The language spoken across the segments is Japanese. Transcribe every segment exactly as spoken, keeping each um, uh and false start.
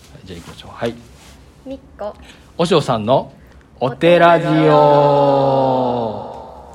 じゃあ行きましょう。はい。 みっこおしょうさんのおてラジオ。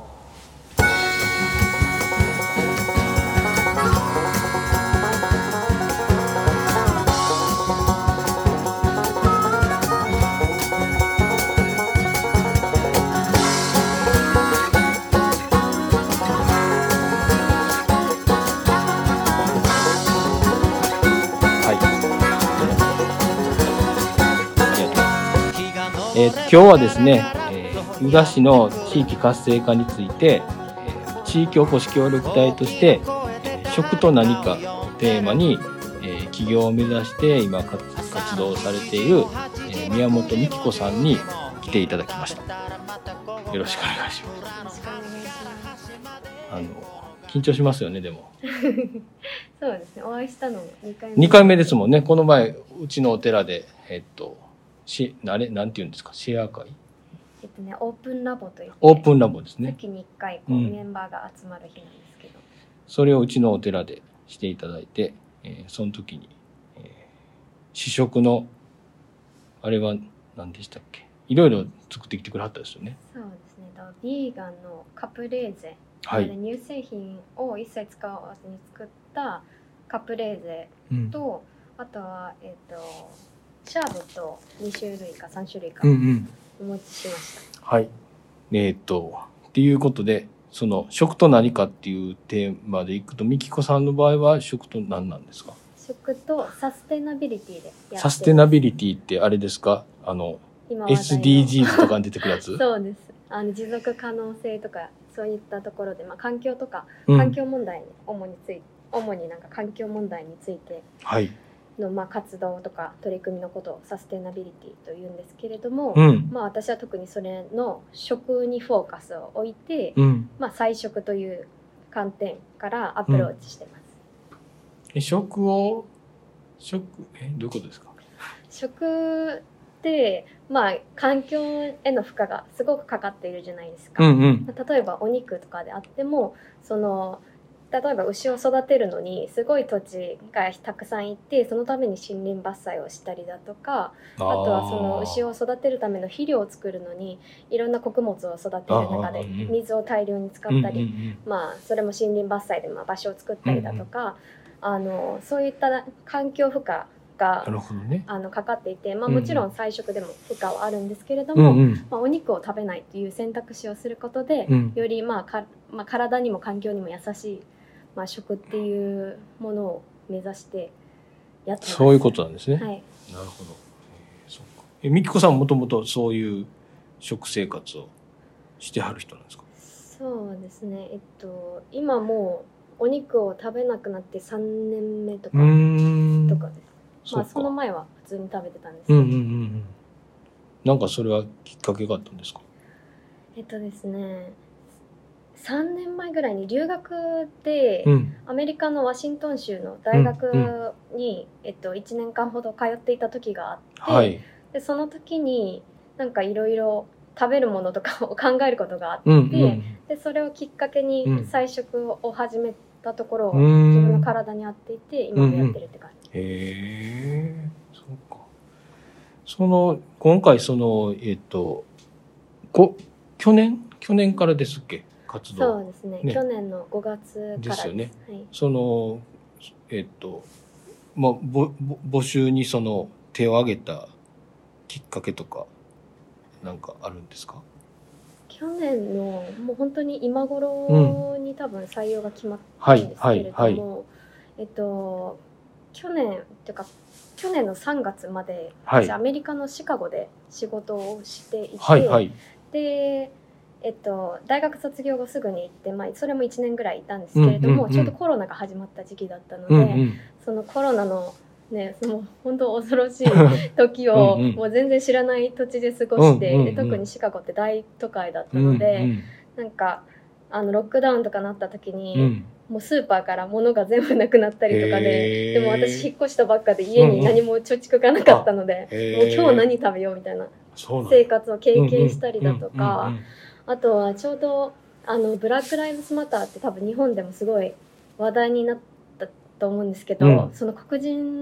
えー、今日はですね、えー、宇賀市の地域活性化について、えー、地域おこし協力隊として、えー、食と何かをテーマに、えー、起業を目指して今活動されている、えー、宮本美希子さんに来ていただきました。よろしくお願いします。あの緊張しますよね。でもそうですね、お会いしたのにかいめにかいめですもんね。この前うちのお寺でえっとしあれなんていうんですか、シェア会、 えっとね、オープンラボといってオープンラボですね。 月にいっかいこう、うん、メンバーが集まる日なんですけど、 それをうちのお寺でしていただいて、えー、その時に、えー、試食のあれは何でしたっけ、いろいろ作ってきてくれはったですよね。 そうですね、ビーガンのカプレーゼ、はい、乳製品を一切使わずに作ったカプレーゼと、うん、あとはえっ、ー、とシャーベットに種類かさん種類かお持ちしました、うんうん、 はい。えー、っとっていうことで、その食と何かっていうテーマでいくと、みきこさんの場合は食と何なんですか？ 食とサステナビリティでやってます。 サステナビリティってあれですか、あの エスディージーズ とかに出てくるやつそうです。あの持続可能性とかそういったところで、まあ、環境とか環境問題に主について、うん、主になんか環境問題について、はいのまあ活動とか取り組みのことをサステナビリティというんですけれども、うん、まあ私は特にそれの食にフォーカスを置いて、うん、まあ菜食という観点からアプローチしてます。 うん、え食を食えどういうことですか？ 食ってまあ環境への負荷がすごくかかっているじゃないですか。うんうん、例えばお肉とかであっても、その例えば牛を育てるのにすごい土地がたくさんいて、そのために森林伐採をしたりだとか、あとはその牛を育てるための肥料を作るのにいろんな穀物を育てる中で水を大量に使ったり、まあそれも森林伐採でまあ場所を作ったりだとか、あのそういった環境負荷が、ね、あのかかっていて、まあ、もちろん菜食でも負荷はあるんですけれども、うんうん、まあ、お肉を食べないという選択肢をすることで、うん、より、まあかまあ、体にも環境にも優しい、まあ、食っていうものを目指してやってます。 そういうことなんですね。 はい、 なるほど。えー、そうか。え、みきこさんもともとそういう食生活をしてはる人なんですか？ そうですね。えっと今もうお肉を食べなくなってさんねんめとかとかです。まあ、その前は普通に食べてたんですけど、うんうんうんうん、 なんかそれはきっかけがあったんですか？ えっとですねさんねんまえぐらいに留学で、うん、アメリカのワシントン州の大学に、うんうん、えっと、いちねんかんほど通っていた時があって、はい、でその時になんかいろいろ食べるものとかを考えることがあって、うんうん、でそれをきっかけに菜食を始めたところを、うん、自分の体に合っていて今もやってるって感じ、 うんうん、へえ、そうか。その今回そのえっとこ去年去年からですっけ、活動。 そうですね、ね、去年のごがつからです。 ですよね。はい、そのえっとまあぼ募集にその手を挙げたきっかけとかなんかあるんですか？ 去年のもう本当に今頃に多分採用が決まったんですけれども、はいはいはい、えっと去年っていうか去年のさんがつまで私、はい、アメリカのシカゴで仕事をしていて、はいはい、でえっと、大学卒業後すぐに行って、まあ、それもいちねんぐらいいたんですけれども、うんうんうん、ちょうどコロナが始まった時期だったので、うんうん、そのコロナのね、その本当恐ろしい時をうん、うん、もう全然知らない土地で過ごして、うんうんうん、で特にシカゴって大都会だったので、うんうん、なんかあのロックダウンとかなった時に、うん、もうスーパーから物が全部なくなったりとかで、でも私引っ越したばっかで家に何も貯蓄がなかったので、うんうん、もう今日何食べようみたいな生活を経験したりだとか、あとはちょうどあのブラックライブズマターって多分日本でもすごい話題になったと思うんですけど、うん、その黒人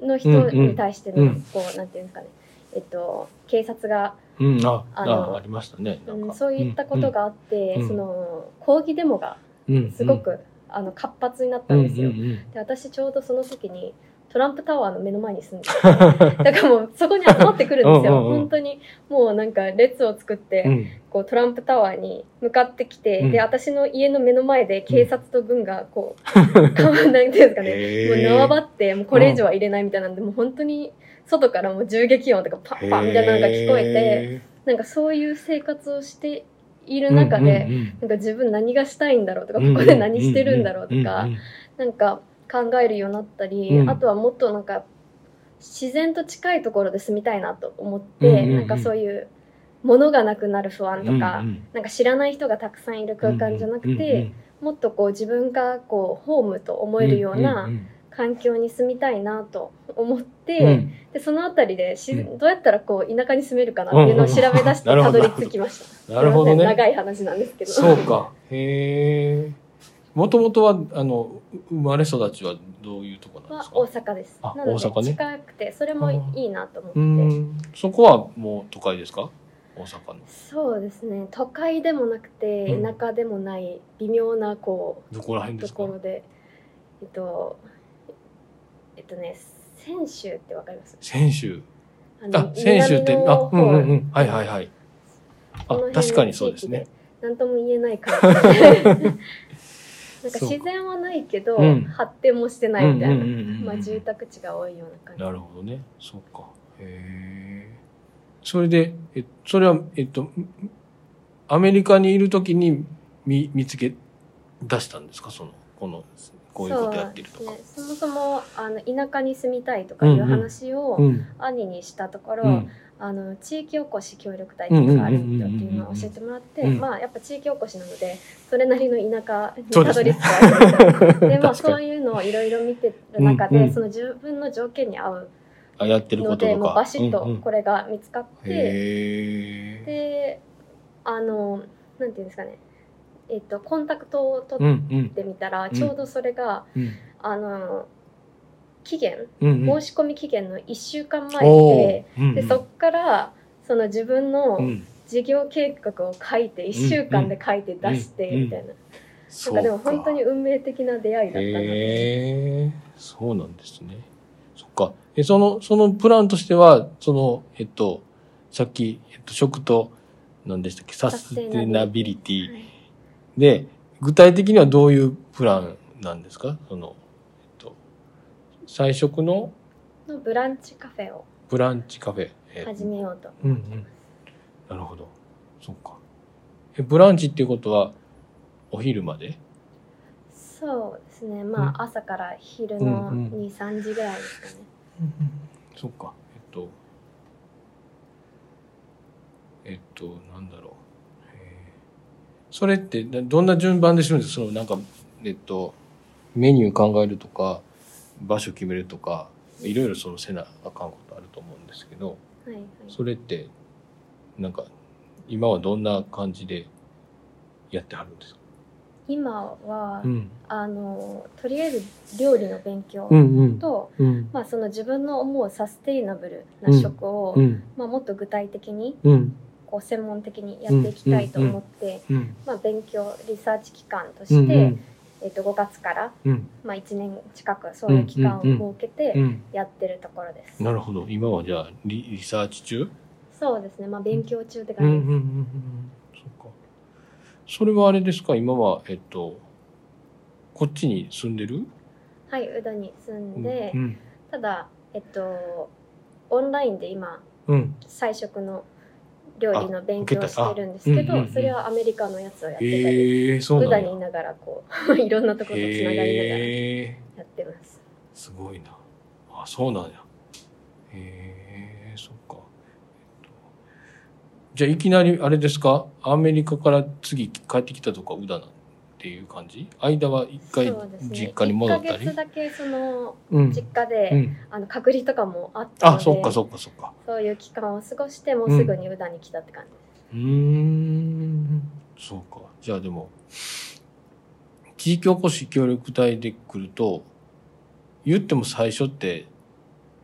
の人に対しての、こう、なんていうんですかね、えっと、警察が、 うん、ああのありましたね、 うん、そういったことがあって、うん、その抗議デモがすごく、うん、あの活発になったんですよ、うんうんうん、で私ちょうどその時にトランプタワーの目の前に住んでてだからもうそこに集まってくるんですようんうん、うん、本当にもうなんか列を作って、うん、こうトランプタワーに向かってきて、うん、で私の家の目の前で警察と軍がこう、うん、変わんないんですかねもう縄張ってもうこれ以上は入れないみたいなんで、もう本当に外からもう銃撃音とかパンパンみたいなのが聞こえて、なんかそういう生活をしている中で、うんうんうん、なんか自分何がしたいんだろうとか、ここで何してるんだろうとか、なんか考えるようになったり、うん、あとはもっとなんか自然と近いところで住みたいなと思って、うんうんうん、なんかそういう物がなくなる不安とか、うんうん、なんか知らない人がたくさんいる空間じゃなくて、うんうんうん、もっとこう自分がこうホームと思えるような環境に住みたいなと思って、うん、でそのあたりでし、うん、どうやったらこう田舎に住めるかなっていうのを調べ出してたどり着きました。 なるほどね。 長い話なんですけど。 そうか。へえ。もともとはあの生まれ育ちはどういうところなんですか？ は大阪です。 あ、 なので大阪ね。 近くてそれもいいなと思って。 うん、そこはもう都会ですか？大阪の。 そうですね。都会でもなくて田舎でもない微妙なこう、 どこら辺ですか？ ところで、えっとえっとね。泉州ってわかります？ 泉州。あ、泉州って、あ、うんうんうん、はいはいはい。あ、確かにそうですね。 なんとも言えない感じ。なんか自然はないけど、うん、発展もしてないみたいな、まあ住宅地が多いような感じ。 なるほどね。そうか。へえ。それで、え、それはえっとアメリカにいるときに見見つけ出したんですか？そのこの。こういうことやってるとか。そうですね。 そもそもあの田舎に住みたいとかいう話を兄にしたところ、うんうん、あの地域おこし協力隊とかあるんだっていうのを教えてもらって、うん、まあやっぱ地域おこしなのでそれなりの田舎にたどり着くわけですよ。で、ね、まあそういうのをいろいろ見てる中で、うんうん、その自分の条件に合うやってることとかもうバシッとこれが見つかって、 うんうん、 であのなんていうんですかね。えっと、コンタクトを取ってみたら、うんうん、ちょうどそれが、うん、あの期限、うんうん、申し込み期限のいっしゅうかんまえで、うんうん、でそっからその自分の事業計画を書いて、うん、いっしゅうかんで書いて出して、うんうん、みたいな、うん、なんかでも本当に運命的な出会いだったなと。 へー、そうなんですね。そっか。え、そのそのプランとしてはそのえっとさっき、えっと、食と何でしたっけ、サステナビリティ、はい、で、具体的にはどういうプランなんですか？その、えっと、菜食ののブランチカフェをブランチカフェ、 えー、始めようと思ってます。うんうん。なるほど。そっか。え、ブランチっていうことはお昼まで？ そうですね。まあ、うん、朝から昼のに、さんじぐらいですかね。 うんうん、そっか。えっと、えっと、なんだろう。それってどんな順番でしてるんですか？そのなんか、えっと、メニュー考えるとか、場所決めるとか、いろいろそのせなあかんことあると思うんですけど、 はいはい、 それって、なんか、今はどんな感じでやってはるんですか？ 今は、うん、あの、とりあえず料理の勉強と、うんうん、まあその自分の思うサステイナブルな食を、うん、まあもっと具体的に、うんこう専門的にやっていきたいと思って、うんうんうんまあ、勉強リサーチ期間として、うんうんえー、とごがつから、うんまあ、いちねん近くそういう期間を設けてやってるところです、 うんうんうん、なるほど。今はじゃあ リ, リサーチ中？ そうですね、まあ、勉強中って感じです、うんうんうんうん、 そうか。それはあれですか？今は、えっと、こっちに住んでる？ はい、宇田に住んで、うんうん、ただ、えっと、オンラインで今、うん、菜食の料理の勉強をしてるんですけど、うんうんうん、それはアメリカのやつをやってたり、宇田にいながらこういろんなところとつながりながらやってます。 すごいな。あ、そうなんや。へえ、そっか。えっと、じゃあいきなりあれですか？アメリカから次帰ってきたとか宇田なんっていう感じ？間は一回実家に戻ったり？ いっかげつだけその実家で、うん、あの隔離とかもあったので、 あ、そっかそっかそっか。 そういう期間を過ごしてもうすぐに宇田に来たって感じです。 うーん、そうか。じゃあでも地域おこし協力隊で来ると言っても最初って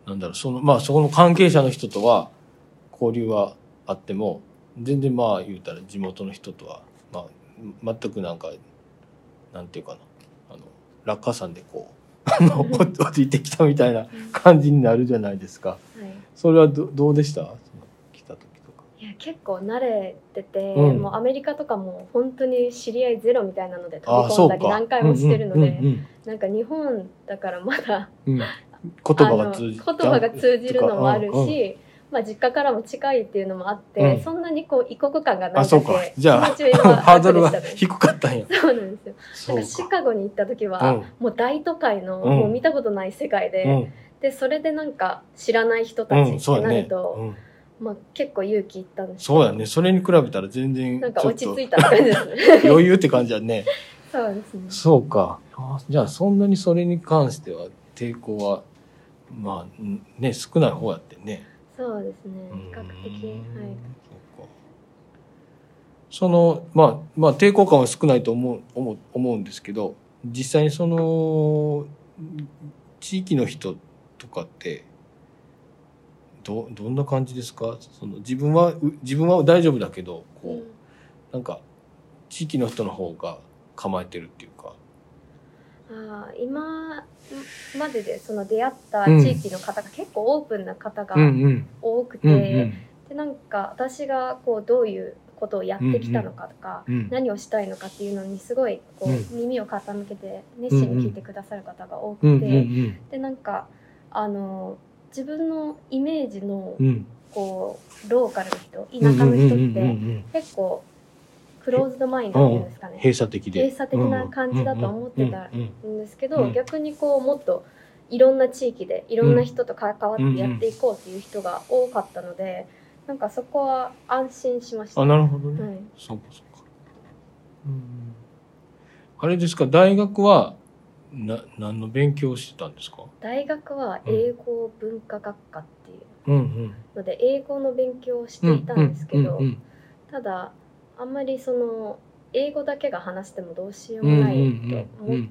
なんだろう、そのまあそこの関係者の人とは交流はあっても全然まあ言うたら地元の人とはまあ全くなんかなんていうかな、あの落下山でこうあの落ちてきたみたいな感じになるじゃないですか。はい、それは ど, どうでした？その来た時とか。 いや結構慣れてて、うん、もうアメリカとかも本当に知り合いゼロみたいなので飛び込んだり何回もしてるので、なんか日本だからまだ、うん、言葉が通じ言葉が通じるのもあるし、うんうん、まあ、実家からも近いっていうのもあって、うん、そんなにこう異国感がないだけじゃあ気持ちはハードルは低かったんや。 そうなんですよ。なんかシカゴに行った時は、うん、もう大都会の、うん、もう見たことない世界で、うん、でそれでなんか知らない人たちってなると、うんねうん、まあ、結構勇気いったんですけど。 そうやね。それに比べたら全然なんか落ち着いたって感じですね。 余裕って感じだね。 そうですね。 そうか。じゃあそんなにそれに関しては抵抗はまあね少ない方やってね。 そうですね。比較的、はい。 そうか。そのまあまあ抵抗感は少ないと思う思う思うんですけど、実際にその地域の人とかってどどんな感じですか？その自分は自分は大丈夫だけどこう、うん、なんか地域の人の方が構えてるっていうか。 ああ、今まででその出会った地域の方が結構オープンな方が多くて、うんうん、でなんか私がこうどういうことをやってきたのかとか、うんうん、何をしたいのかっていうのにすごいこう、うん、耳を傾けて熱心に聞いてくださる方が多くて、うんうん、でなんかあの自分のイメージのこうローカルの人、田舎の人って結構クローズドマインドっていうんですかね、 閉鎖的で閉鎖的な感じだと思ってたんですけど、逆にこうもっといろんな地域でいろんな人と関わってやっていこうっていう人が多かったので、なんかそこは安心しました。 あ、なるほどね、はい、そうかそうか。うん、あれですか、大学はな何の勉強をしてたんですか？ 大学は英語文化学科っていうので英語の勉強をしていたんですけど、ただあんまりその英語だけが話してもどうしようもないと思って、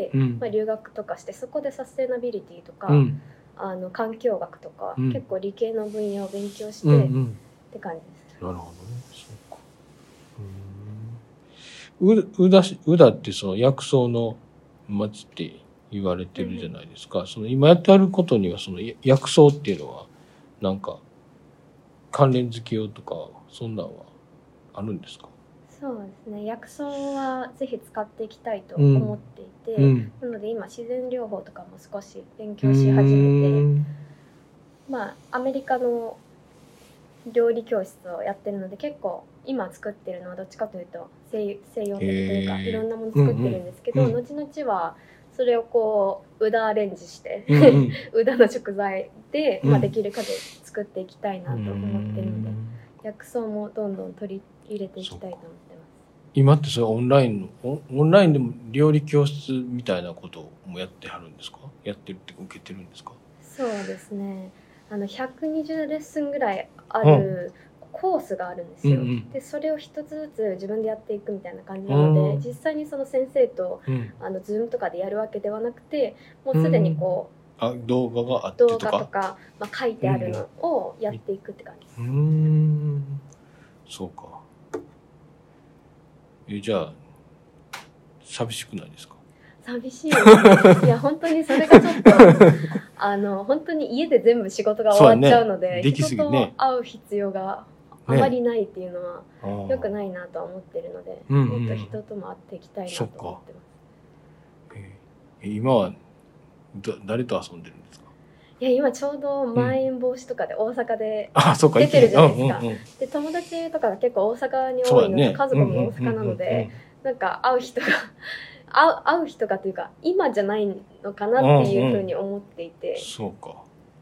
まあ、留学とかしてそこでサステナビリティとか、うん、あの環境学とか、うん、結構理系の分野を勉強して、うんうん、って感じです。 なるほどね。そうか。うーん、うだし、うだってその薬草の町って言われてるじゃないですか。うん、その今やってあることにはその薬草っていうのはなんか関連付けようとかそんなんはあるんですか？ そうですね、薬草はぜひ使っていきたいと思っていて、うん、なので今自然療法とかも少し勉強し始めて、まあアメリカの料理教室をやってるので結構今作ってるのはどっちかというと 西, 西洋的というかいろんなもの作ってるんですけど、うんうん、後々はそれをこううだアレンジして、うんうん、うだの食材で、まあ、できる限り作っていきたいなと思ってるので、薬草もどんどん取り入れていきたいと思ってます。 今ってそれオンラインのオンラインでも料理教室みたいなこともやってはるんですか？やってるって受けてるんですか？ そうですね、あのひゃくにじゅうレッスンぐらいあるコースがあるんですよ、うんうん、でそれを一つずつ自分でやっていくみたいな感じなので、実際にその先生と、うん、あのズームとかでやるわけではなくて、もうすでにこう、 うん、あ動画があってとか動画とか、まあ、書いてあるのをやっていくって感じです。 うーん、そうか。えじゃあ寂しくないですか？ 寂しいですね。いや本当にそれがちょっとあの本当に家で全部仕事が終わっちゃうので、ね、人と会う必要があまりないっていうのは良くないなとは思ってるので、ね、もっと人とも会っていきたいなと思ってます。 えー、今は誰と遊んでるんですか？ いや今ちょうどまん延防止とかで大阪で出てるじゃないですか。で友達とかが結構大阪に多いので、ね、家族も大阪なので、なんか会う人が会う、会う人がというか今じゃないのかなっていうふうに思っていて、うんうん、 そうか。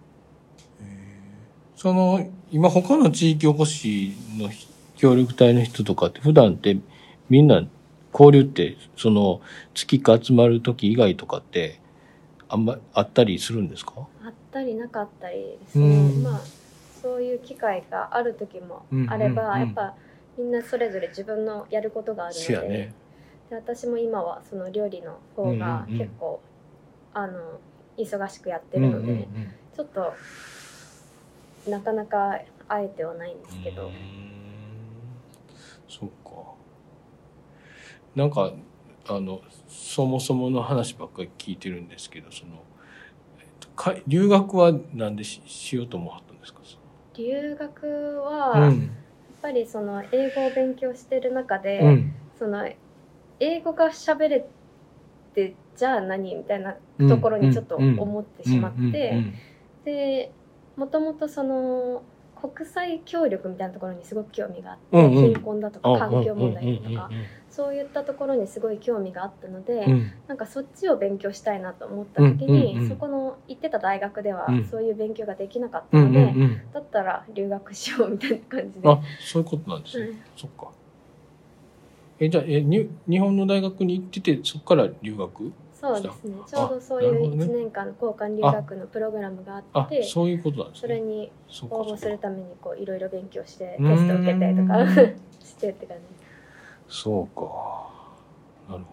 その今他の地域おこしの協力隊の人とかって普段ってみんな交流ってその月か集まる時以外とかってあんまあったりするんですか？ あったりなかったりですね。まあそういう機会がある時もあれば、うんうんうん、やっぱみんなそれぞれ自分のやることがあるので、ね、で私も今はその料理の方が結構、うんうんうん、あの忙しくやってるので、うんうんうん、 ちょっとなかなか会えてはないんですけど。うーん、 そっか。なんかあのそもそもの話ばっかり聞いてるんですけど、その、えっと、か留学はなんで し, しようと思わはったんですか？ 留学は、うん、やっぱりその英語を勉強してる中で、うん、その英語が喋れてじゃあ何みたいなところにちょっと思ってしまって、でもともとその国際協力みたいなところにすごく興味があって、うんうん、貧困だとか環境問題とか、そういったところにすごい興味があったので、うん、なんかそっちを勉強したいなと思った時に、うんうんうん、そこの行ってた大学ではそういう勉強ができなかったので、うんうんうん、だったら留学しようみたいな感じで。 あ、そういうことなんですね、うん、そっか。えじゃあえに日本の大学に行っててそこから留学？ そうですね。ちょうどそういういちねんかん交換留学のプログラムがあって、 そういうことなんですね。 それに応募するためにこういろいろ勉強してテスト受けたりとかしてって感じ。 そうか。なるほ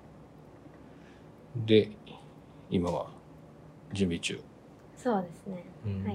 ど。で、今は準備中。 そうですね。はい。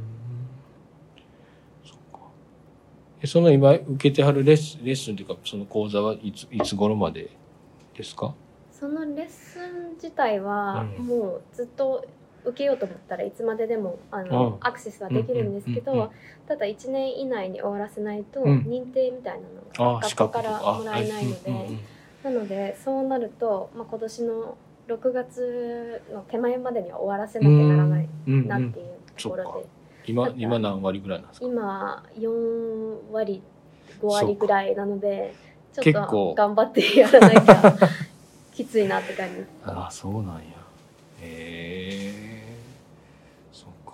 そうか。その今受けてはるレッスン、レッスンというかその講座はいついつ頃までですか？ そのレッスン自体はもうずっと受けようと思ったらいつまででもあのアクセスはできるんですけど、ただいちねん以内に終わらせないと認定みたいなのが学校からもらえないので、なのでそうなると、まあ、今年のろくがつの手前までには終わらせなきゃならないなっていうところで、 今今何割ぐらいなんですか？ 今よんわりごわりぐらいなので、ちょっと頑張ってやらなきゃきついなって感じ。 ああ、そうなんや。へえ、そうか。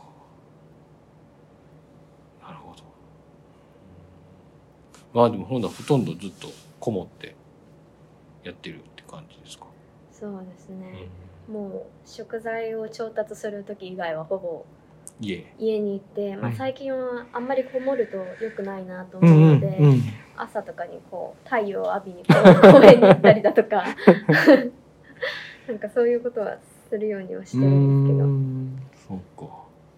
なるほど。まあでもほんとほとんどずっとこもってやってるって感じですか？ そうですね。うん、もう食材を調達する時以外はほぼ家家に行って、まあ、最近はあんまりこもると良くないなと思うので、うんうんうん、朝とかにこう太陽を浴びにこう公園に行ったりだとかなんかそういうことはするようにはしてるんですけど。 そうか。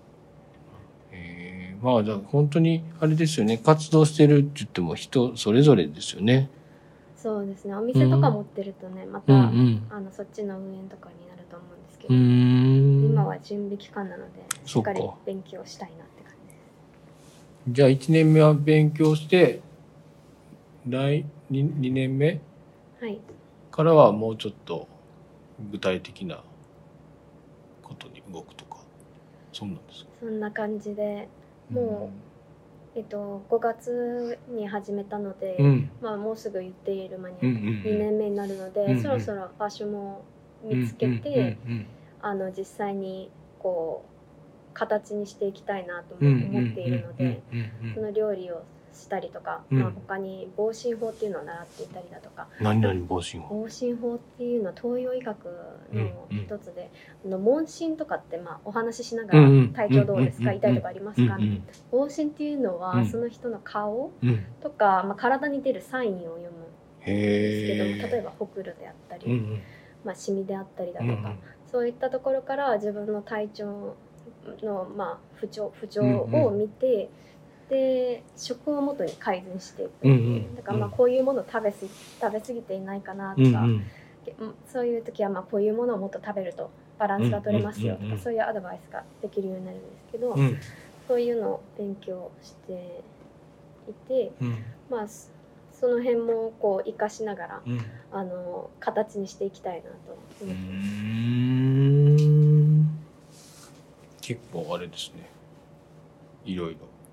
えー、まあじゃあ本当にあれですよね、活動してるって言っても人それぞれですよね。 そうですね。お店とか持ってるとね、また、うんうん、あのそっちの運営とかになると思うんですけど、今は準備期間なのでしっかり勉強したいなって感じです。 じゃあいちねんめは勉強して来 2, にねんめからはもうちょっと具体的なことに動くとか、そんなんですか？ そんな感じで、もう、えっと、ごがつに始めたので、うん、まあ、もうすぐ言っている間ににねんめになるので、うんうんうん、そろそろ場所も見つけて、うんうんうんうん、あの実際にこう形にしていきたいなと思っているので、その料理をしたりとか、うん、まあ、他に防振法っていうのを習っていたりだとか。 何々防振法？ 防振法っていうのは東洋医学の一つで、うんうん、問診とかってまあお話ししながら体調どうですか、痛いとかありますか、うんうん、防診っていうのはその人の顔とか、まあ、体に出るサインを読むんですけども、例えばほくろであったり、うんうん、まあ、シミであったりだとか、うんうん、そういったところから自分の体調のまあ不調不調を見て、うんうん、で食を元に改善していく、うんうん、だからまあこういうものを食べす食べ過ぎていないかなとか、うんうん、そういう時はまあこういうものをもっと食べるとバランスが取れますよとか、うんうんうん、そういうアドバイスができるようになるんですけど、うん、そういうのを勉強していて、うん、まあその辺もこう活かしながら、うん、あの形にしていきたいなと思ってます。うーん、 結構あれですね、いろいろ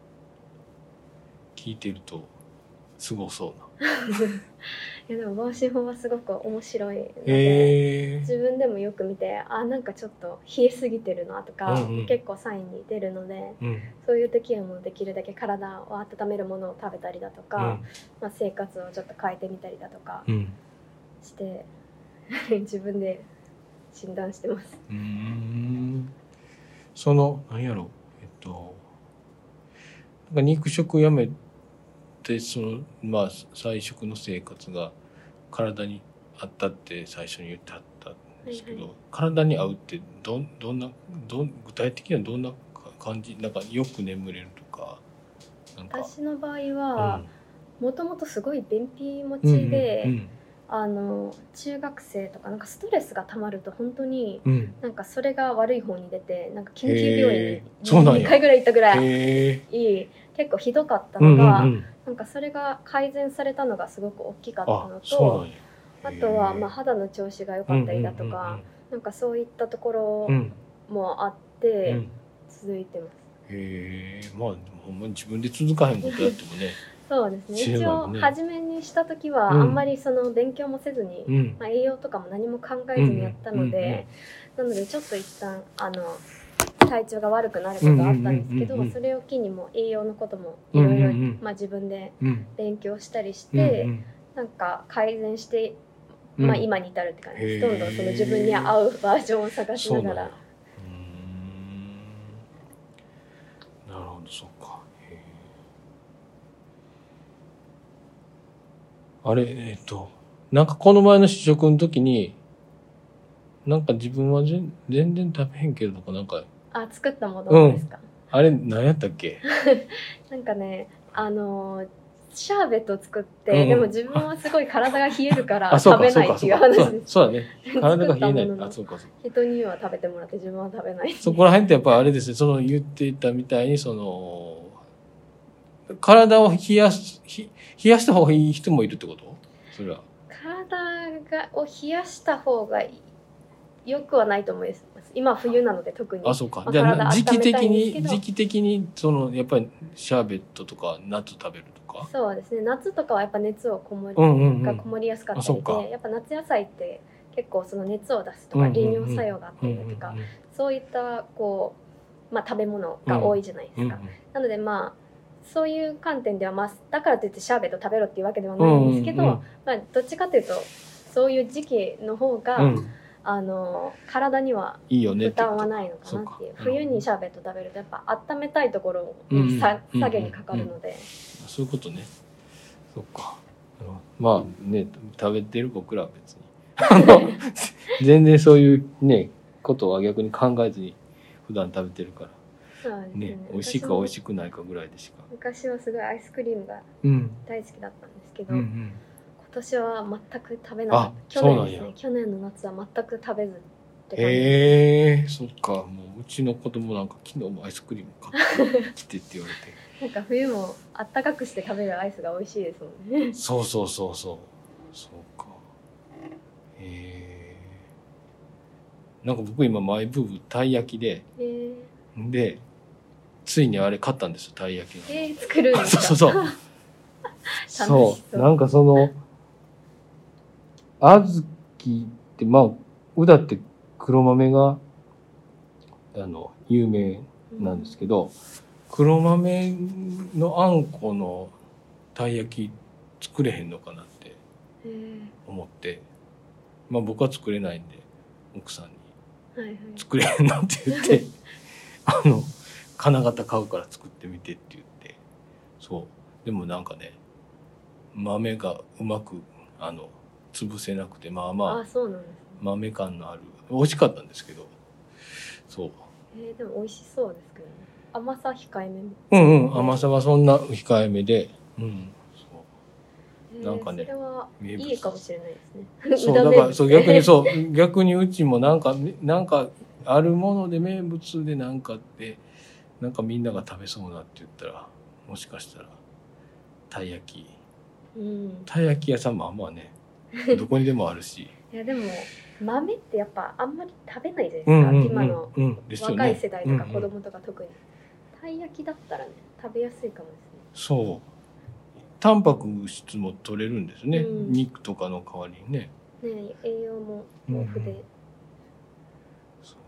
聞いてるとすごそうな。 いやでも防振法はすごく面白いので、自分でもよく見て、あ、なんかちょっと冷えすぎてるなとか、うんうん、結構サインに出るので、うん、そういう時はもうできるだけ体を温めるものを食べたりだとか、うん、まあ、生活をちょっと変えてみたりだとかして、うん、自分で診断してます。 うーん、その何やろ、えっとなんか肉食やめでそのまあ菜食の生活が体にあったって最初に言ってはったんですけど、 はいはい、 体に合うってどどんなど具体的にはどんな感じ？なんかよく眠れるとか、なんか私の場合はもともとすごい便秘持ちで、うんうんうん、あの中学生とかなんかストレスがたまると本当に、うん、なんかそれが悪い方に出てなんか緊急病院ににかいぐらい行ったぐらい結構ひどかったのが、うんうんうん、なんかそれが改善されたのがすごく大きかったのと、 あ, あとはまあ肌の調子が良かったりだとか、うんうんうんうん、なんかそういったところもあって続いてます。 へえ、まあほんまに自分で続かへんことやってもねそうですね、一応初めにした時はあんまりその勉強もせずに、うん、まあ、栄養とかも何も考えずにやったので、うんうんうんうん、なのでちょっと一旦あの体調が悪くなることはあったんですけど、うんうんうんうん、それを機にも栄養のこともいろいろ自分で勉強したりして、うんうん、なんか改善して、まあ、今に至るって感じです。どんどんその自分に合うバージョンを探しながら。うーん、なるほど、そうか。あれ、えっと、なんかこの前の試食の時に、なんか自分は全然食べへんけどとか、なんか。 あ、作ったものですか？うん、 あれ、何やったっけ？ なんかね、あのー、シャーベットを作って、うん、でも自分はすごい体が冷えるから食べないっていう話です。 そうだね。体が冷えない。あ、そうかそうか。 人には食べてもらって自分は食べない。 そこら辺ってやっぱあれですね、その言っていたみたいに、その、体を冷やす、冷やした方がいい人もいるってこと？それは。 体がを冷やした方がいい。よくはないと思います。今冬なので特に。 あ、そうか。まあ、じゃあ時期的に時期的にそのやっぱりシャーベットとか夏食べるとか。 そうですね。夏とかはやっぱ熱をこもり、うんうんうん、がこもりやすかったりで、やっぱ夏野菜って結構その熱を出すとか、うんうんうん、利尿作用があったりとか、うんうんうん、そういったこうまあ食べ物が多いじゃないですか。うんうんうん、なのでまあそういう観点では、まあ、だからといってシャーベット食べろっていうわけではないんですけど、うんうんうん、まあどっちかというとそういう時期の方が、うん、あの体にはいい負担はないのかなっていう。冬にシャーベット食べるとやっぱ温めたいところにさ、うん、下げにかかるので、うんうんうん、 そういうことね。そっか。まあね、食べてる僕らは別にあの全然そういうねことは逆に考えずに普段食べてるから。そうですね、ね、美味しいか美味しくないかぐらいでしか。 昔はすごいアイスクリームが大好きだったんですけど、うんうんうん、今年は全く食べなかった。去年ですね。去年の夏は全く食べずって感じです。 へえ、そっか。もううちの子供なんか昨日もアイスクリーム買ってきてって言われて。 なんか冬もあったかくして食べるアイスが美味しいですもんね。 そうそうそうそう。そうか。へえ。なんか僕今マイブームたい焼きで、でついにあれ買ったんですよ、たい焼きの。 えー、作るんですか？ そうそうそう。そう、なんかその小豆ってまあ宇田って黒豆があの有名なんですけど、うん、黒豆のあんこのたい焼き作れへんのかなって思って、まあ僕は作れないんで奥さんに作れへんのって言って、はいはい、あの金型買うから作ってみてって言って、そうでもなんかね豆がうまくあの潰せなくて、まあまあ、 あ、そうなんですね、 豆感のある美味しかったんですけど、そう。 えー、でも美味しそうですけどね。甘さ控えめ。 うんうん、甘さはそんな控えめで、うん、そう。 えー、なんかね、それはいいかもしれないですね。そうだからそう逆にそう逆にうちもなんかなんかあるもので名物でなんかってなんかみんなが食べそうなって言ったらもしかしたらたい焼き、うん、たい焼き屋さんもあんまねどこにでもあるし。 いやでも豆ってやっぱあんまり食べないじゃないですか、うんうんうん、今の若い世代とか子供とか特に、うんうん、たい焼きだったらね食べやすいかもですね。 そうタンパク質も取れるんですね、うん、肉とかの代わりにね。 ね、栄養も豊富で、うんうん、 そう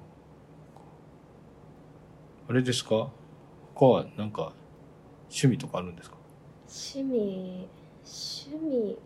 あれですか、他はなんか趣味とかあるんですか？ 趣味趣味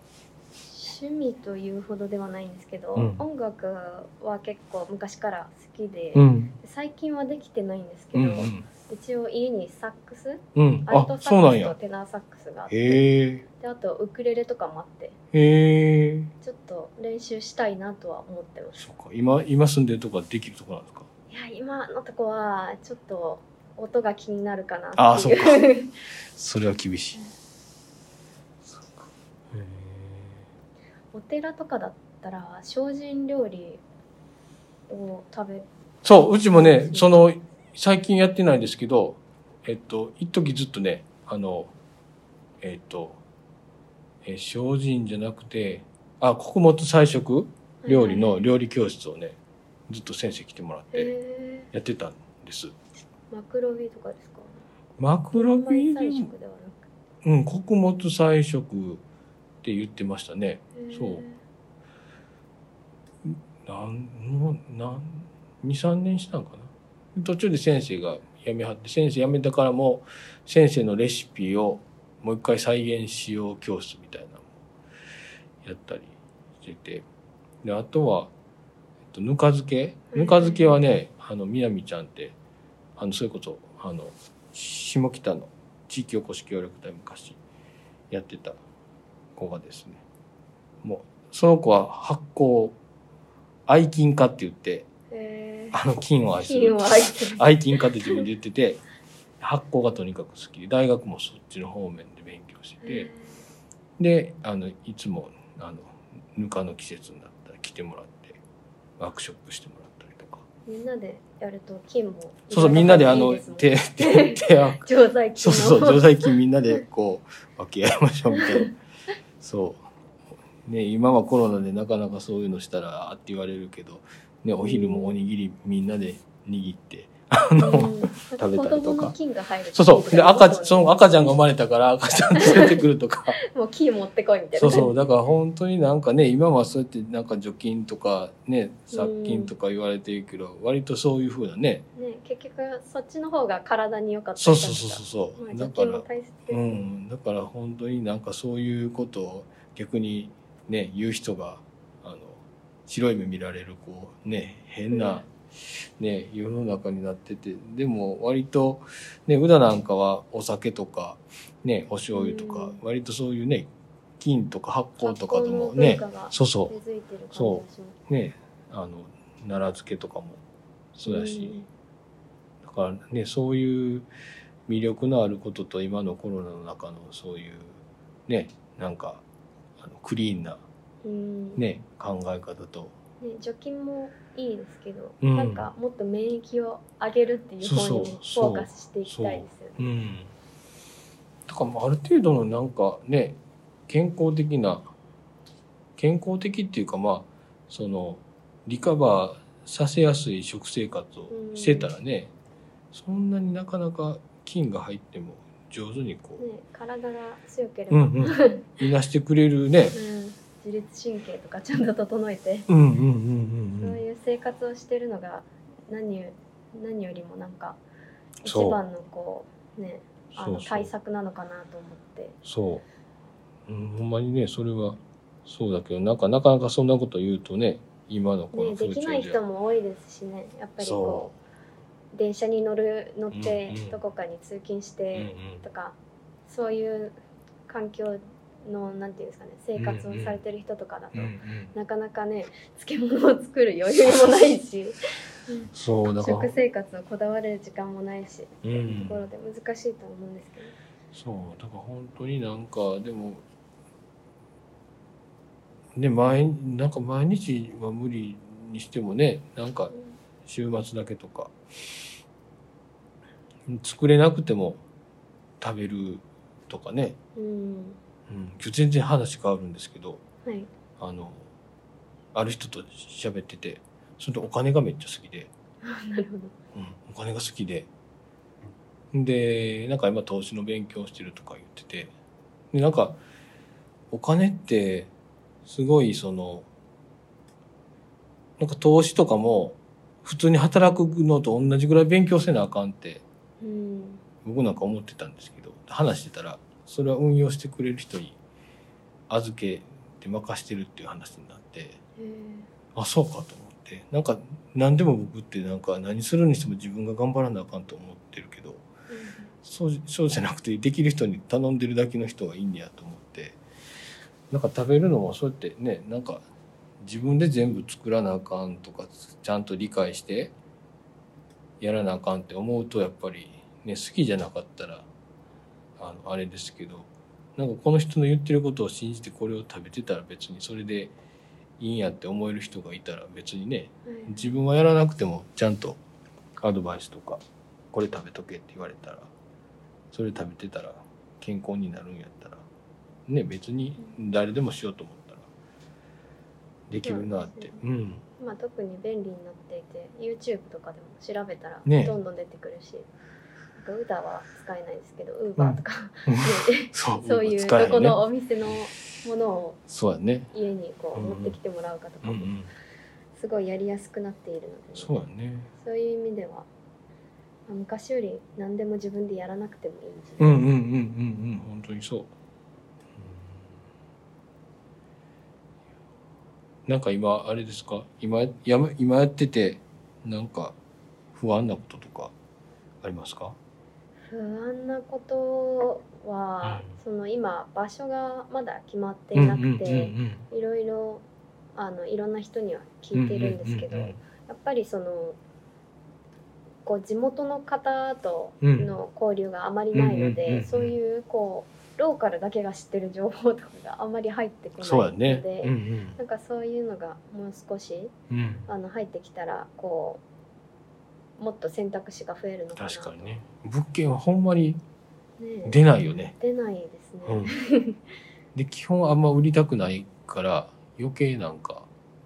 趣味というほどではないんですけど、うん、音楽は結構昔から好きで、 うん、 最近はできてないんですけど、うんうん、一応家にサックス、 うん、 アルトサックスとテナーサックスがあって、 へであとウクレレとかもあって、 へちょっと練習したいなとは思ってます。 そうか、今今住んでるとこはできるとこなんですか？ いや、今のとこはちょっと音が気になるかなっていう。 ああ、そうか。それは厳しい。そうか。へお寺とかだったら精進料理を食べ。 そう、うちもね、その最近やってないですけど、えっと一時ずっとね、あのえっとえ精進じゃなくて、あ、穀物菜食料理の料理教室をね、ずっと先生来てもらってやってたんです。 マクロビとかですか？ マクロビでも、うん、穀物菜食って言ってましたね。そう。なんもなんに、さんねんしたんかな。途中で先生が辞めはって、先生辞めたからも先生のレシピをもう一回再現しよう教室みたいなのをやったりしてて、であとは、えっと、ぬか漬けぬか漬けはね、あのみなみちゃんってあのそれこそあの下北の地域おこし協力隊昔やってた子がですね、もうその子は発酵愛菌家って言って、あの菌を愛する愛菌家って自分で言ってて、発酵がとにかく好きで大学もそっちの方面で勉強してて、であのいつもあのぬかの季節になったら来てもらってワークショップしてもらったりとか。 みんなでやると菌もそうそう、みんなであの手手手常在菌そうそう常在菌みんなでこう分け合いましょうみたいな。そうね、今はコロナでなかなかそういうのしたらあって言われるけど、ね、お昼もおにぎりみんなで握ってあの、うん、食べたりとか。そうそう。で、赤、その赤ちゃんが生まれたから赤ちゃん連れてくるとか。 もう菌持ってこいみたいな。 そうそう。だから本当になんかね、今はそうやってなんか除菌とかね、殺菌とか言われてるけど、割とそういう風なね。 ね、結局そっちの方が体に良かったりそうそうそうそう。 だから、 うん。だから本当になんかそういうことを逆にね、言う人が、あの、白い目見られる、こう、ね、変な、うんね、世の中になってて、でも割とね、宇田なんかはお酒とかね、お醤油とか、割とそういうね、菌とか発酵とかでもね、そうそう、そうね、あの奈良漬けとかもそうだし、だからね、そういう魅力のあることと今のコロナの中のそういうね、なんかあのクリーンなね、考え方と。 ね、除菌もいいですけど、うん、なんかもっと免疫を上げるっていう方にフォーカスしていきたいですよね。 うん、だからある程度のなんかね、健康的な健康的っていうか、まあそのリカバーさせやすい食生活をしてたらね、うん、そんなになかなか菌が入っても上手にこう、 ね、体が強ければ、うんうん、 いなしてくれるね、 うん自律神経とかちゃんと整えて、 うんうんうんうん、 そういう生活をしてるのが何よ、何よりもなんか一番のこうね、あの対策なのかなと思って。 そう、うん、ほんまにね、それはそうだけど、なんかなかなかそんなこと言うとね、今のこの風潮で、ね、できない人も多いですしね、やっぱりこう電車に乗る乗ってどこかに通勤してとか、うんうん、そういう環境のなんていうんですかね、生活をされてる人とかだと、うんうん、なかなかね漬物を作る余裕もないしそうだから食生活をこだわれる時間もないし、うん、っていうところで難しいと思うんですけど、 そうだから本当になんかでもね、毎なんか毎日は無理にしてもね、なんか週末だけとか、うん、作れなくても食べるとかね、うんうん、今日全然話変わるんですけど、 はい、 あのある人と喋ってて、それでお金がめっちゃ好きでなるほど、 うん、お金が好きで、でなんか今投資の勉強してるとか言ってて、でなんかお金ってすごいそのなんか投資とかも普通に働くのと同じぐらい勉強せなあかんって、うん、僕なんか思ってたんですけど、話してたらそれは運用してくれる人に預けて任してるっていう話になって、あ、そうかと思って、なんか何でも僕ってなんか何するにしても自分が頑張らなあかんと思ってるけど、うん、そうそうじゃなくてできる人に頼んでるだけの人がいいんやと思って、なんか食べるのもそうやってね、なんか自分で全部作らなあかんとかちゃんと理解してやらなあかんって思うとやっぱりね、好きじゃなかったらあのあれですけど、なんかこの人の言ってることを信じてこれを食べてたら別にそれでいいんやって思える人がいたら別にね、自分はやらなくてもちゃんとアドバイスとかこれ食べとけって言われたらそれ食べてたら健康になるんやったらね、別に誰でもしようと思ったらできるなって、うん、 今特に便利になっていて YouTube とかでも調べたらどんどん出てくるし、ね、ウダは使えないですけどウーバーとか、うん、そう、そういうどこのお店のものを家にこう持ってきてもらうかとかもすごいやりやすくなっているので、ね、 そうやね、 そういう意味では昔より何でも自分でやらなくてもいいんじゃないですか。うんうんうんうんうん本当にそう。なんか今あれですか、今や今やっててなんか不安なこととかありますか？ 不安なことは、うん、その今場所がまだ決まっていなくて、いろいろあのいろんな人には聞いてるんですけど、やっぱりそのこう地元の方との交流があまりないので、そういうこうローカルだけが知ってる情報とかがあんまり入ってこないので、ねうんうん、なんかそういうのがもう少し、うん、あの入ってきたらこうもっと選択肢が増えるのかなと。 確かにね、物件はほんまに出ないよね。 ね出ないですね、うん、 で基本あんま売りたくないから余計なんか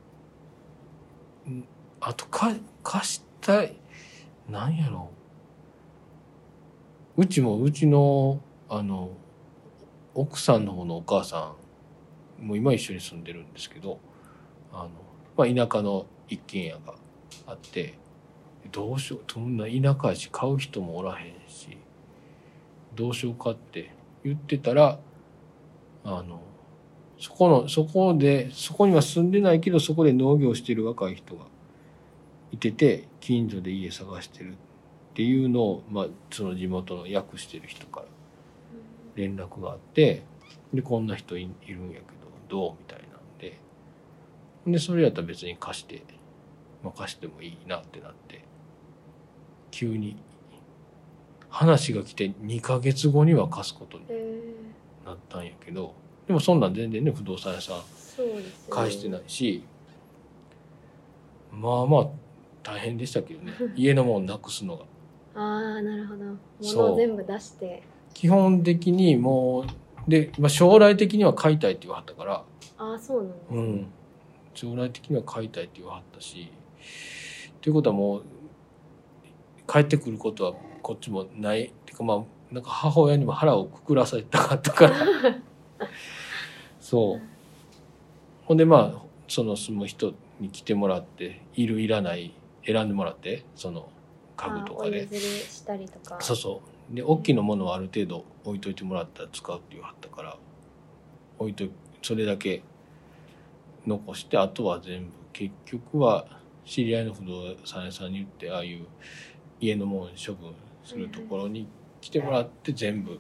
あとか貸したいなんやろう、うちもうちのあの奥さんの方のお母さんもう今一緒に住んでるんですけど、あの、まあ、田舎の一軒家があってどうしようそんな田舎やし買う人もおらへんしどうしようかって言ってたらあのそこのそこでそこには住んでないけどそこで農業してる若い人がいてて近所で家探してるっていうのを、まあ、その地元の訳してる人から連絡があってでこんな人 い, いるんやけどどうみたいなんででそれやったら別に貸して、まあ、貸してもいいなってなって急に話が来てにかげつごには貸すことになったんやけど、でもそんなん全然ね不動産屋さん返してないし、まあまあ大変でしたけどね家のもんなくすのが。 ああなるほど、物を全部出して基本的にもうで、まあ、将来的には買いたいって言わはったから、 ああそうなんですね、うん、 将来的には買いたいって言わはったしということはもう帰ってくることはこっちもないっていうか、まあなんか母親にも腹をくくらされたかったからそうほんでまあその住む人に来てもらっているいらない選んでもらってその家具とかでお譲りしたりとかそうそうで大きなものはある程度置いといてもらったら使うって言わはったから置いとそれだけ残してあとは全部結局は知り合いの不動産屋さんに言ってああいう家のもの処分するところに来てもらって全部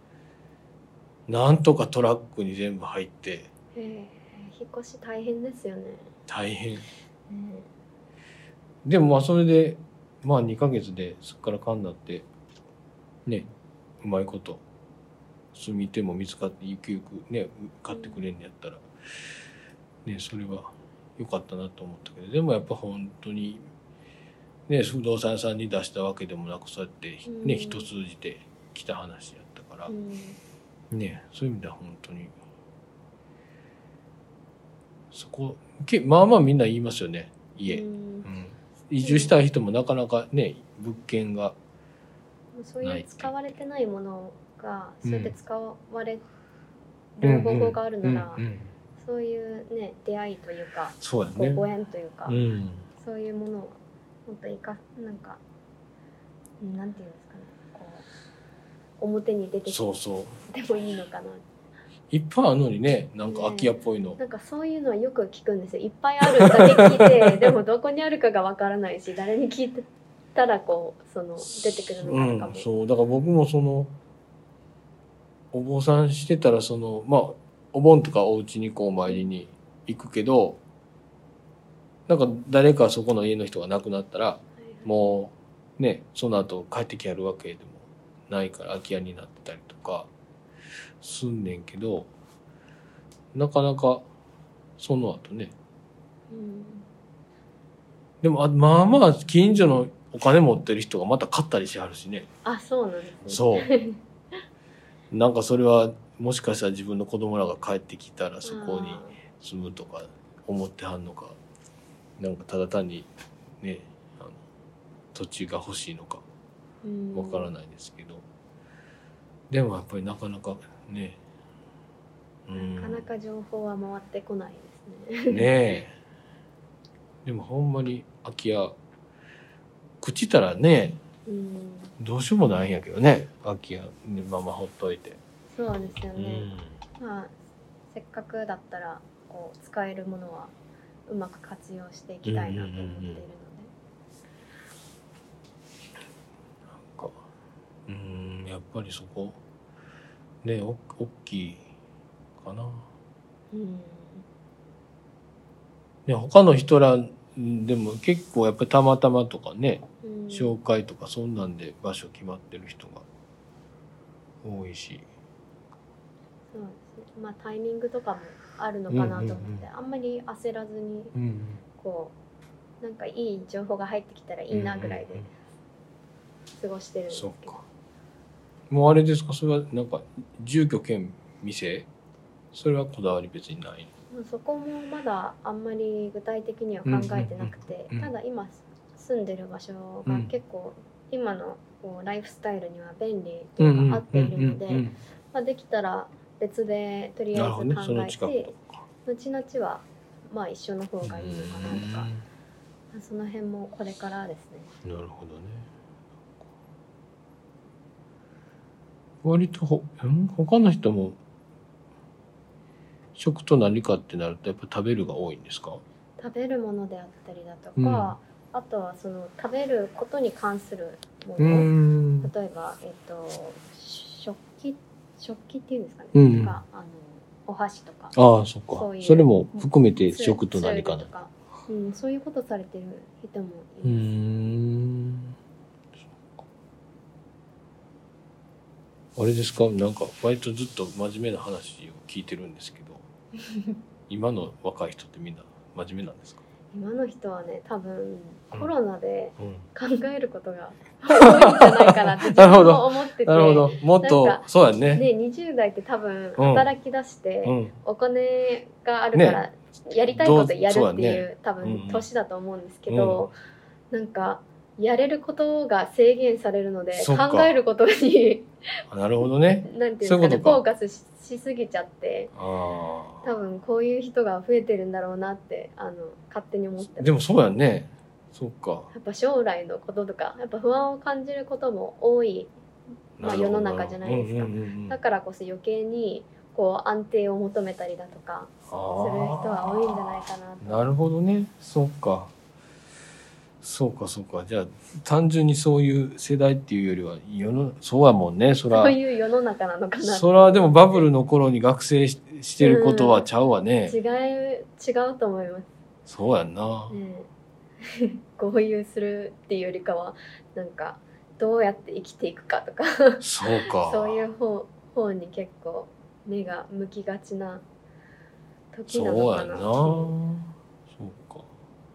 なんとかトラックに全部入って。へえ引っ越し大変ですよね。 大変、うん、でもまあそれでまあにかげつですっからかんになってねうまいこと住み手も見つかってゆくゆくね買ってくれんのやったら、ね、それは良かったなと思ったけどでもやっぱ本当にね不動産屋さんに出したわけでもなくそうやってね、うん、人通じて来た話やったから、うん、ねそういう意味では本当にそこまあまあみんな言いますよね家、うんうん、移住したい人もなかなかね物件がそういう使われてないものがそうやって使われる方法があるなら、うんうんうんうん、そういうね出会いというかそうだね、 ご縁というか、うん、そういうものを本当いかなんかなんていうんですかねこう表に出てきてそうそうでもいいのかな。 いっぱいあるのにね、なんか空き家っぽいの、 ね、なんかそういうのはよく聞くんですよ。いっぱいあるだけ聞いてでもどこにあるかがわからないし、誰に聞いてたらこうその出てくるのかとかも、 うん、そうだから僕もそのお坊さんしてたらそのまあお盆とかお家にこうお参りに行くけど、なんか誰かそこの家の人が亡くなったら、はいはい、もうねその後帰ってきはるわけでもないから空き家になってたりとかすんねんけど、なかなかその後ね、うん、でもあまあまあ近所のお金持ってる人がまた買ったりしはるしね。 あ、そうなんですね。 そうなんかそれはもしかしたら自分の子供らが帰ってきたらそこに住むとか思ってはんのか、なんかただ単にねあの土地が欲しいのかわからないですけど、でもやっぱりなかなかね、 うん、なかなか情報は回ってこないですね。ねえ。でもほんまに空き家朽ちたらね、うん、どうしようもないんやけどね、空き家のままほっといて。 そうですよね、うん、まあせっかくだったらこう使えるものはうまく活用していきたいなと思っているので、うんうんうんうん、なんかうーんやっぱりそこねお大きいかな、うん、ね他の人らでも結構やっぱりたまたまとかね、うん、紹介とかそんなんで場所決まってる人が多いし、 そうですね、まあタイミングとかもあるのかなと思って、うんうんうん、あんまり焦らずに、うん、こうなんかいい情報が入ってきたらいいなぐらいで過ごしてるんですけど、うんうんうん、そうか。 もうあれですか、それはなんか住居兼店、それはこだわり別にない？ そこもまだあんまり具体的には考えてなくて、うんうんうん、ただ今住んでる場所が結構今のこうライフスタイルには便利というか合っているので、まあ、できたら別でとりあえず考えて、ね、その近くとか後々はまあ一緒の方がいいのかなとか、その辺もこれからですね。 なるほどね。割とほ他の人も食と何かってなるとやっぱ食べるが多いんですか？ 食べるものであったりだとか、うん、あとはその食べることに関するもの、例えば、えっと、食器食器っていうんですかね、うん、とかあのお箸とか、 ああそっか、そういうそれも含めて食と何かな、 とか、うん、そういうことされてる人もいます。うーん、 あれですか、なんか割とずっと真面目な話を聞いてるんですけど今の若い人ってみんな真面目なんですか？ 今の人はね、多分コロナで考えることが多いんじゃないかなって自分も思ってて、 なるほど、もっとそうやね。 ね、にじゅう代って多分働き出してお金があるからやりたいことやるっていう、ね、多分年だと思うんですけど、うん、なんかやれることが制限されるので考えることになるほどね。 なんていうんですかね、フォーカス し, しすぎちゃって、あ多分こういう人が増えてるんだろうなってあの勝手に思ってます。 でもそうやね。そうか。 やっぱ将来のこととかやっぱ不安を感じることも多い、まあ、世の中じゃないですか、うんうんうんうん、だからこそ余計にこう安定を求めたりだとかする人は多いんじゃないかなと。 なるほどね。そうか。そうかそうか。じゃあ単純にそういう世代っていうよりは世のそうやもんね。そらそういう世の中なのかな。 そらでもバブルの頃に学生 し, してることはちゃうわね。 うん、違う違うと思います。 そうやんな。 ね豪遊するっていうよりかはなんかどうやって生きていくかとかそうかそういう方方に結構目が向きがちな時なのかな。そうやな。 そうか。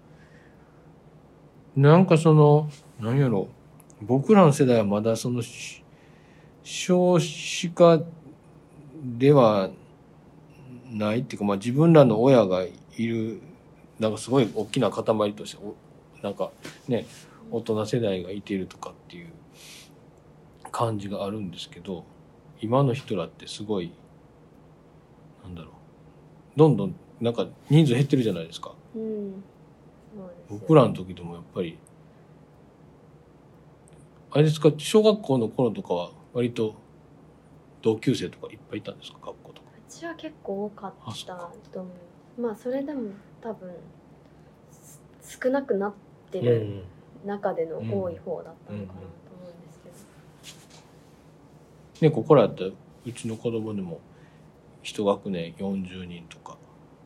なんかその何やろ、僕らの世代はまだその少子化ではないっていうか、まあ自分らの親がいるなんかすごい大きな塊としてなんかね大人世代がいているとかっていう感じがあるんですけど、今の人らってすごいなんだろう、どんどんなんか人数減ってるじゃないですか。うん、そうですよ。僕らの時でもやっぱりあれですか、小学校の頃とかは割と同級生とかいっぱいいたんですか、学校とか。 ちは結構多かったと思う。まあそれでも多分少なくなってる中での多い方だったのかなと思うんですけど、 ね、ここらやったらうちの子供でも一学年よんじゅうにんとか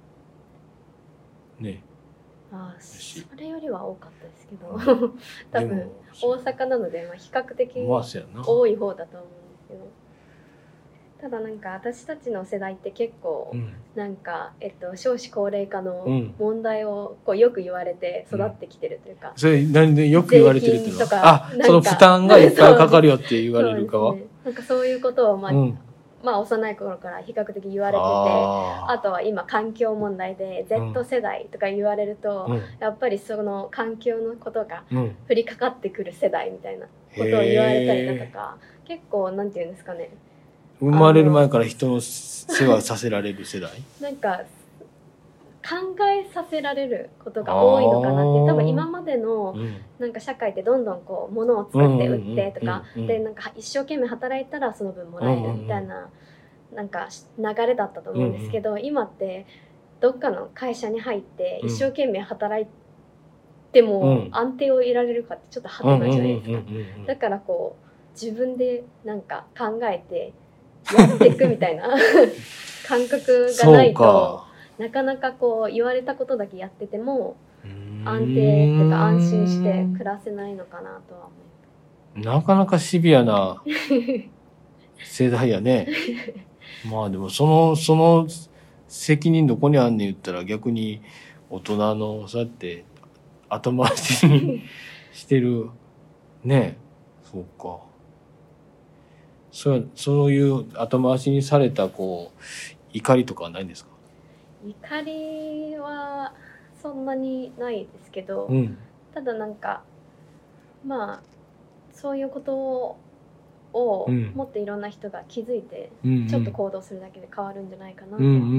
ね。 ああ、それよりは多かったですけど多分大阪なので、まあ、比較的多い方だと思うんですけど、ただなんか私たちの世代って結構なんか、えっと、少子高齢化の問題をこうよく言われて育ってきてるというか、 うん、それ何でよく言われてるっていうのは、あ、その負担がいっぱいかかるよって言われるかは、 そうですね、なんかそういうことをまあ、うん、まあ幼い頃から比較的言われてて、 あ, あとは今環境問題で Z 世代とか言われると、うん、やっぱりその環境のことが降りかかってくる世代みたいなことを言われたりだとか、結構なんていうんですかね、 生まれる前から人の世話させられる世代なんか考えさせられることが多いのかなって。多分今までのなんか社会ってどんどんこう物を作って売ってとかで、なんか一生懸命働いたらその分もらえるみたいななんか流れだったと思うんですけど、今ってどっかの会社に入って一生懸命働いても安定を得られるかってちょっとハテナじゃないですか。だからこう自分でなんか考えてやっていくみたいな感覚がないとなかなかこう言われたことだけやってても安定っていうか安心して暮らせないのかなとは思う。なかなかシビアな世代やね。まあでもそのその責任どこにあんねん言ったら逆に大人のそうやって後回しにしてるね。そうか。そうそういう後回しにされたこう怒りとかはないんですか？ 怒りはそんなにないですけど、うん、ただなんかまあそういうことをもっといろんな人が気づいて、うん、ちょっと行動するだけで変わるんじゃないかなと思います。うん。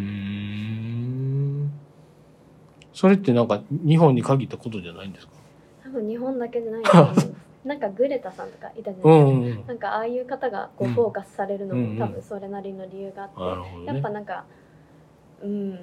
うーん。それってなんか日本に限ったことじゃないんですか？ 多分日本だけじゃないと思います。なんかグレタさんとかいたじゃないですか、うんうん、なんかああいう方がこうフォーカスされるのも多分それなりの理由があって、うんうん、やっぱなんか、うん、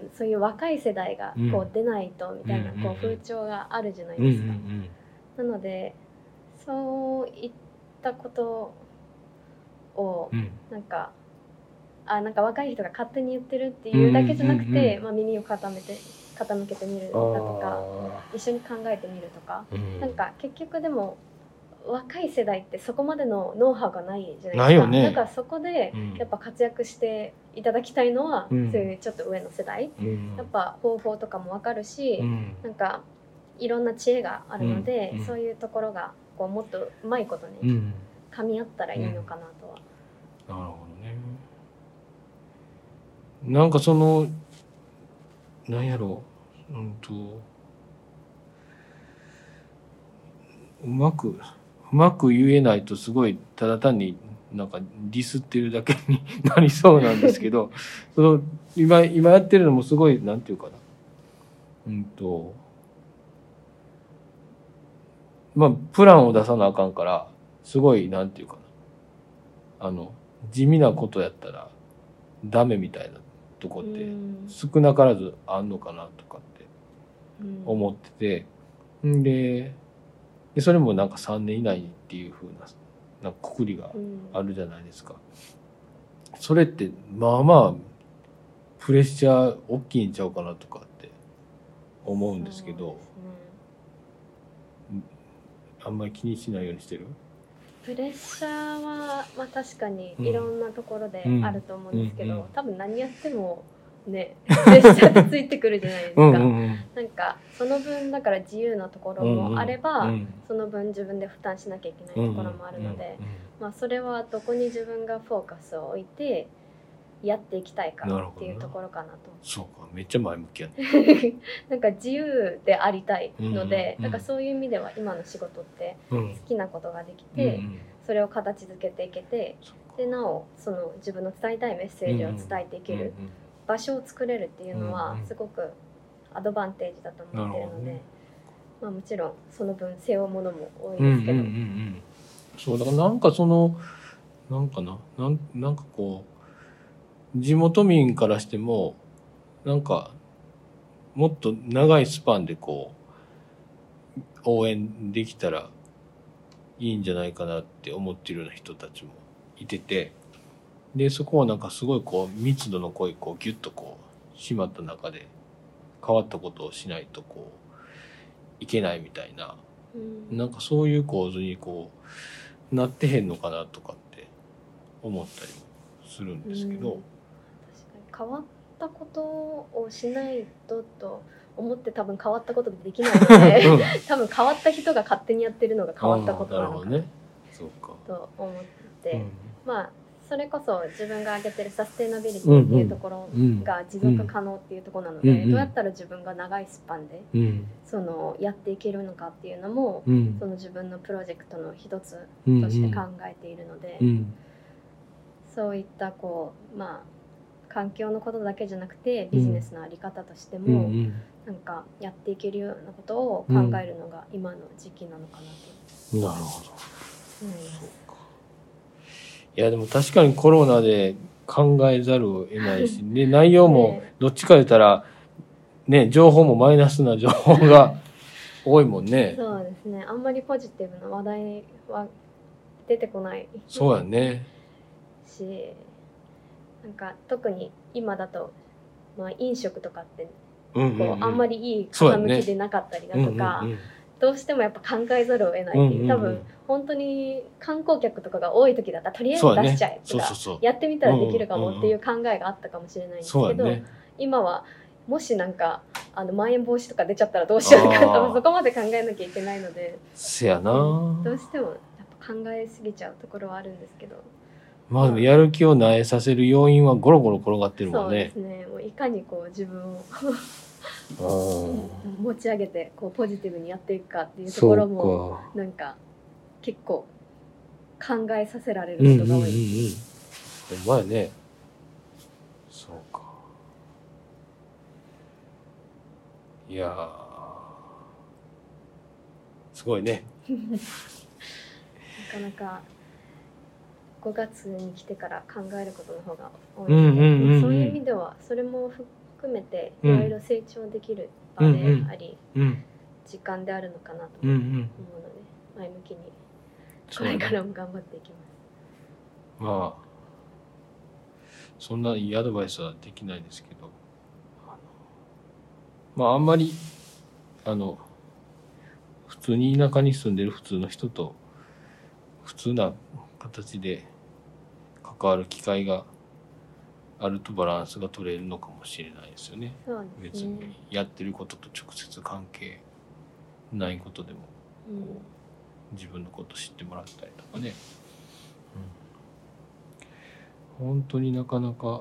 そういう若い世代がこう出ないとみたいなこう風潮があるじゃないですか、うんうんうん、なのでそういったことをなんか、あ、なんか若い人が勝手に言ってるっていうだけじゃなくて、うんうんうん、まあ、耳を傾めて傾けてみるだとか一緒に考えてみるとか、うん、なんか結局でも若い世代ってそこまでのノウハウがないじゃないですか。 ないよね。 だからそこでやっぱ活躍していただきたいのは、うん、そういうちょっと上の世代、うん、やっぱ方法とかも分かるし、うん、なんかいろんな知恵があるので、うん、そういうところがこうもっとうまいことに噛み合ったらいいのかなとは、 うん、なるほどね。なんかそのなんやろう、うんとうまくうまく言えないとすごいただ単になんかディスってるだけになりそうなんですけどその 今, 今やってるのもすごいなんていうかな、うんとまあプランを出さなあかんからすごいなんていうかな、あの地味なことやったらダメみたいなとこって少なからずあんのかなとかって思ってて、んででそれもなんかさんねん以内にっていう風ななんかくくりがあるじゃないですか、うん、それってまあまあプレッシャー大きいんちゃうかなとかって思うんですけど、ね、あんまり気にしないようにしてる？ プレッシャーは、まあ、確かにいろんなところであると思うんですけど、うんうんうん、多分何やってもね、プレッシャーってついてくるじゃないですか。うんうんうん、なんかその分だから自由なところもあれば、うんうん、その分自分で負担しなきゃいけないところもあるので、うんうんうん、まあ、それはどこに自分がフォーカスを置いてやっていきたいかっていうところかなと。 そうか、めっちゃ前向きやね。 なんか自由でありたいので、うんうん、なんかそういう意味では今の仕事って好きなことができて、うんうん、それを形づけていけて、でなおその自分の伝えたいメッセージを伝えていける、うんうんうんうん、場所を作れるっていうのはすごくアドバンテージだと思っているので、ね、まあ、もちろんその分背負うものも多いですけど、うんうんうんうん、 そうだからなんかそのなんかななんなんかこう地元民からしてもなんかもっと長いスパンでこう応援できたらいいんじゃないかなって思ってるような人たちもいてて、でそこをなんかすごいこう密度の濃いこうギュッとこう締まった中で変わったことをしないとこういけないみたいな、うん、なんかそういう構図にこうなってへんのかなとかって思ったりもするんですけど、うん、 確かに変わったことをしないとと思って多分変わったことできないので、うん、多分変わった人が勝手にやってるのが変わったことなのかなと思って、うん、まあそれこそ自分が挙げてるサステナビリティっていうところが持続可能っていうところなので、うんうん、どうやったら自分が長いスパンで、うん、そのやっていけるのかっていうのも、うん、その自分のプロジェクトの一つとして考えているので、うんうん、そういったこうまあ環境のことだけじゃなくてビジネスのあり方としても、うんうん、なんかやっていけるようなことを考えるのが今の時期なのかなと、 うん、なるほど、うん、そうか。いやでも確かにコロナで考えざるを得ないし、で内容もどっちか言ったらね、情報もマイナスな情報が多いもんね。 そうですね。あんまりポジティブな話題は出てこない。 そうやね。 し、なんか特に今だと、まあ、飲食とかってこう、うんうんうん、あんまりいい傾きでなかったりだとか、ね、うんうんうん、どうしてもやっぱ考えざるを得ないっていう、うんうんうん、多分本当に観光客とかが多い時だったらとりあえず出しちゃえとか、そうそうそう、やってみたらできるかもっていう考えがあったかもしれないんですけど、ね、今はもしなんかあのまん延防止とか出ちゃったらどうしようか多分そこまで考えなきゃいけないので、 せやな、 どうしてもやっぱ考えすぎちゃうところはあるんですけど、 まあでもやる気を萎えさせる要因はゴロゴロ転がってるもんね。 そうですね。もういかにこう自分を持ち上げてこうポジティブにやっていくかっていうところもなんか結構考えさせられることが多い。うんうんうんうん。 ほんまやね。そうか。いやー、すごいね。 なかなかごがつに来てから考えることの方が多いので、うんうんうんうん、そういう意味ではそれも含めていろいろ成長できる場であり、うんうん、時間であるのかなと思うので、うんうん、前向きにこれからも頑張っていきます。 まあそんないいアドバイスはできないですけど、まああんまりあの普通に田舎に住んでる普通の人と普通な形で関わる機会があるとバランスが取れるのかもしれないですよね。 そうですね。 別にやってることと直接関係ないことでも、うん、こう自分のこと知ってもらったりとかね、うん、本当になかなか、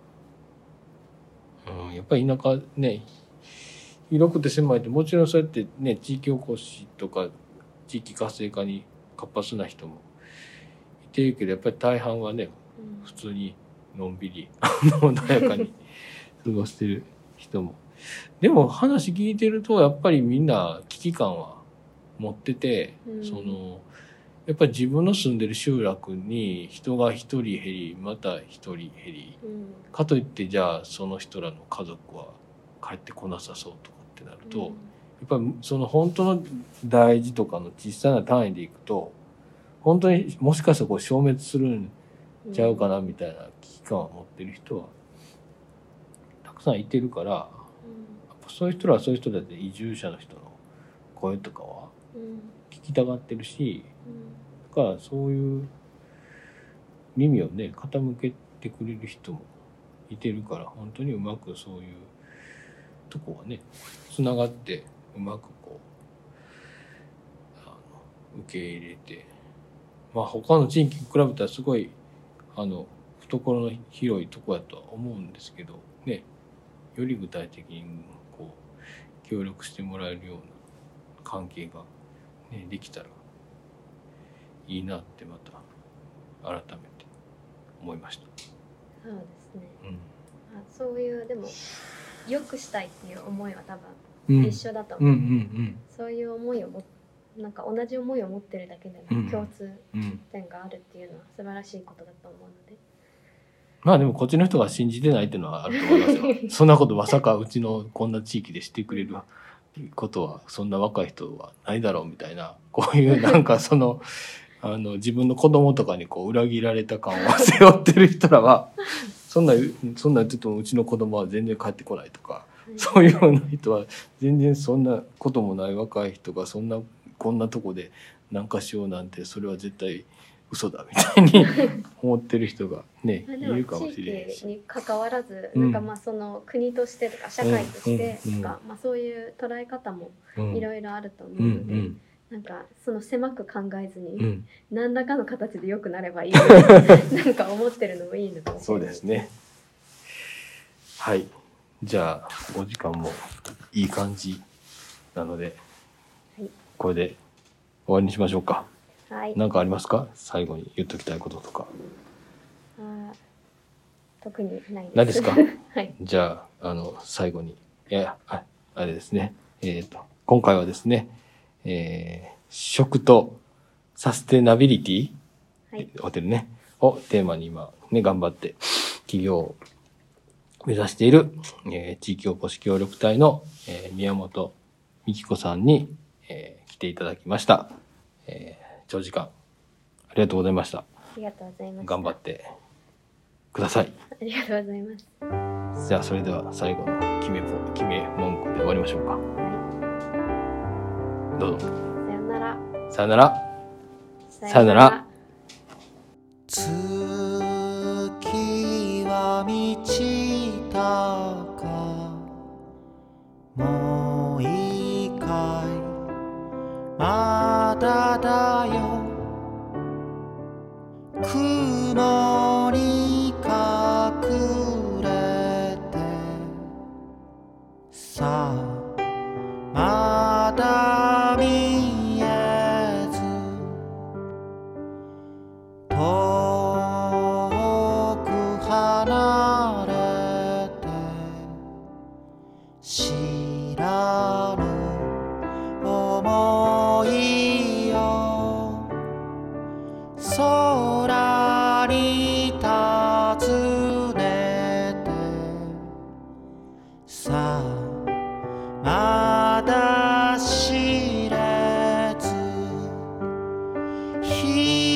うん、やっぱり田舎ね広くて狭いともちろんそうやってね地域おこしとか地域活性化に活発な人もいてるけど、やっぱり大半はね、うん、普通にのんびり穏やかに過ごしてる人もでも話聞いてるとやっぱりみんな危機感は持ってて、うん、そのやっぱり自分の住んでる集落に人が一人減りまた一人減り、うん、かといってじゃあその人らの家族は帰ってこなさそうとかってなると、うん、やっぱりその本当の大事とかの小さな単位でいくと本当にもしかしたらこう消滅するんちゃうかなみたいな危機感を持ってる人はたくさんいてるから、うん、やっぱそういう人らはそういう人だって移住者の人の声とかは聞きたがってるし、うん、だからそういう耳をね傾けてくれる人もいてるから本当にうまくそういうとこはねつながってうまくこうあの受け入れて、まあ他の地域に比べたらすごいあの懐の広いとこやとは思うんですけどね、より具体的にこう協力してもらえるような関係が、ね、できたらいいなってまた改めて思いました。 そうですね、うん、あそういうでも良くしたいっていう思いは多分一緒だと思う、うんうんうんうん、そういう思いをもなんか同じ思いを持ってるだけでも共通点があるっていうのは素晴らしいことだと思うので、 まあでもこっちの人が信じてないっていうのはあると思いますよ。そんなことまさかうちのこんな地域でしてくれることはそんな若い人はないだろうみたいな、こういうなんかそのあの自分の子供とかにこう裏切られた感を背負ってる人らはそんなそんなちょっとうちの子供は全然帰ってこないとか、そういうような人は全然そんなこともない若い人がそんなこんなとこでなんかしようなんてそれは絶対嘘だみたいに思ってる人がねいるかもしれないし、 地域に関わらず、うん、なんかまあその国としてとか社会としてとか、うんうん、まあそういう捉え方もいろいろあると思うので、うんうん、なんかその狭く考えずに、うん、何らかの形で良くなればいいなんか思ってるのもいいのかもしれない。 そうですね。はい、じゃあお時間もいい感じなので、はい、これで終わりにしましょうか。はい、何かありますか？最後に言っときたいこととか。 あ、特にないです。 何ですか？ はい、 じゃあ、あの最後にいやああれですね。えっと今回はですね、えー、食とサステナビリティ、はい、ホテルねをテーマに今ね頑張って企業を目指している、えー、地域おこし協力隊の、えー、宮本美希子さんに、えー、来ていただきました。えー長時間ありがとうございました。ありがとうございました。 頑張ってください。 ありがとうございます。 じゃあそれでは最後の決め決め文句で終わりましょうか。はい、どうぞ。 さよなら。 さよなら。さよなら。 月は満ちたか、もう一回まだだよ、雲に隠れてさあまだ見えず、遠く離れて知らぬ思いよ、空に尋ねてさあまだ知れず、